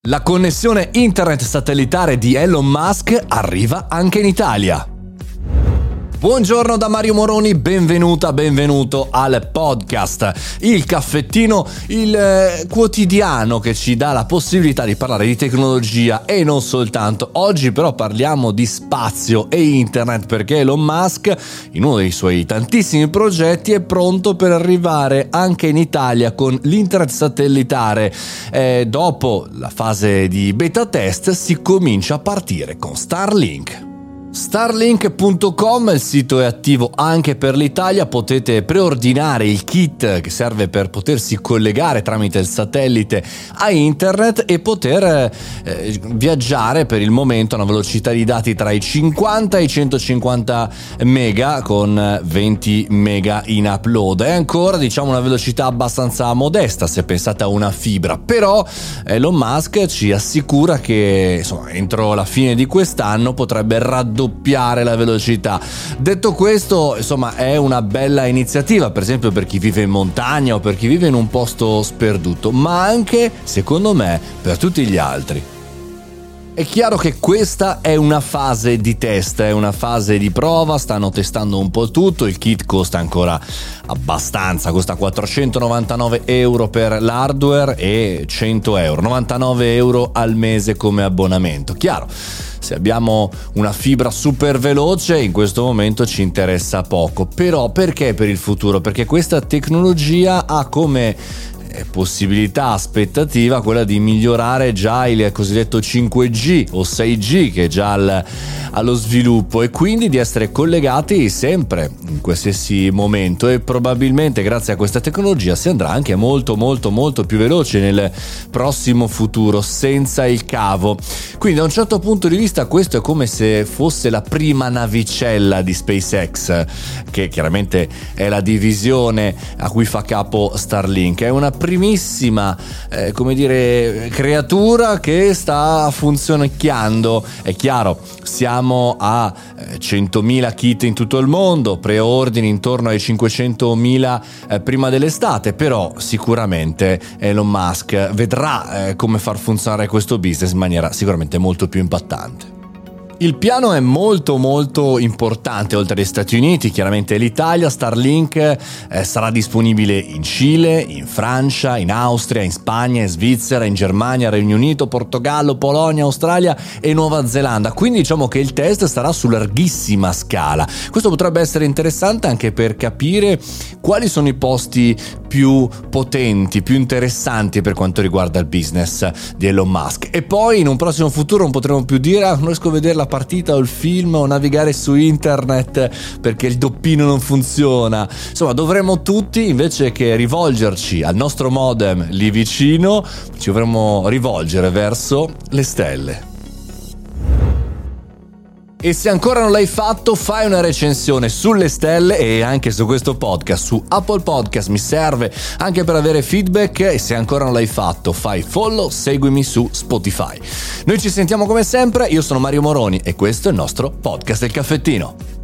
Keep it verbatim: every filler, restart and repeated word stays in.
La connessione internet satellitare di Elon Musk arriva anche in Italia. Buongiorno da Mario Moroni, benvenuta, benvenuto al podcast, il caffettino, il eh, quotidiano che ci dà la possibilità di parlare di tecnologia e non soltanto. Oggi però parliamo di spazio e internet perché Elon Musk, in uno dei suoi tantissimi progetti, è pronto per arrivare anche in Italia con l'internet satellitare. Eh, dopo la fase di beta test si comincia a partire con Starlink. Starlink punto com, il sito è attivo anche per l'Italia, potete preordinare il kit che serve per potersi collegare tramite il satellite a internet e poter eh, viaggiare per il momento a una velocità di dati tra i cinquanta e i centocinquanta mega con venti mega in upload. È ancora diciamo una velocità abbastanza modesta se pensate a una fibra, però Elon Musk ci assicura che insomma entro la fine di quest'anno potrebbe raddoppiare doppiare la velocità. Detto questo, insomma, è una bella iniziativa, per esempio per chi vive in montagna o per chi vive in un posto sperduto, ma anche, secondo me, per tutti gli altri. È chiaro che questa è una fase di test, è una fase di prova, stanno testando un po' tutto, il kit costa ancora abbastanza, costa quattrocentonovantanove euro per l'hardware e cento euro, novantanove euro al mese come abbonamento. Chiaro, se abbiamo una fibra super veloce in questo momento ci interessa poco, però perché per il futuro? Perché questa tecnologia ha come possibilità, aspettativa quella di migliorare già il cosiddetto cinque G o sei G che è già al, allo sviluppo e quindi di essere collegati sempre in qualsiasi momento e probabilmente grazie a questa tecnologia si andrà anche molto molto molto più veloce nel prossimo futuro senza il cavo. Quindi da un certo punto di vista questo è come se fosse la prima navicella di SpaceX, che chiaramente è la divisione a cui fa capo Starlink. È una primissima eh, come dire creatura che sta funzionecchiando. È chiaro, siamo a eh, centomila kit in tutto il mondo, preordini intorno ai cinquecentomila eh, prima dell'estate, però sicuramente Elon Musk vedrà eh, come far funzionare questo business in maniera sicuramente molto più impattante. Il piano è molto molto importante oltre agli Stati Uniti, chiaramente l'Italia. Starlink eh, sarà disponibile in Cile, in Francia, in Austria, in Spagna, in Svizzera, in Germania, Regno Unito, Portogallo, Polonia, Australia e Nuova Zelanda. Quindi diciamo che il test sarà su larghissima scala. Questo potrebbe essere interessante anche per capire quali sono i posti più potenti, più interessanti per quanto riguarda il business di Elon Musk. E poi in un prossimo futuro non potremo più dire ah, non riesco a vedere la partita o il film o navigare su internet perché il doppino non funziona. Insomma, dovremmo tutti, invece che rivolgerci al nostro modem lì vicino, ci dovremmo rivolgere verso le stelle. E se ancora non l'hai fatto, fai una recensione sulle stelle e anche su questo podcast, su Apple Podcast, mi serve anche per avere feedback. E se ancora non l'hai fatto, fai follow, seguimi su Spotify. Noi ci sentiamo come sempre, io sono Mario Moroni e questo è il nostro podcast del caffettino.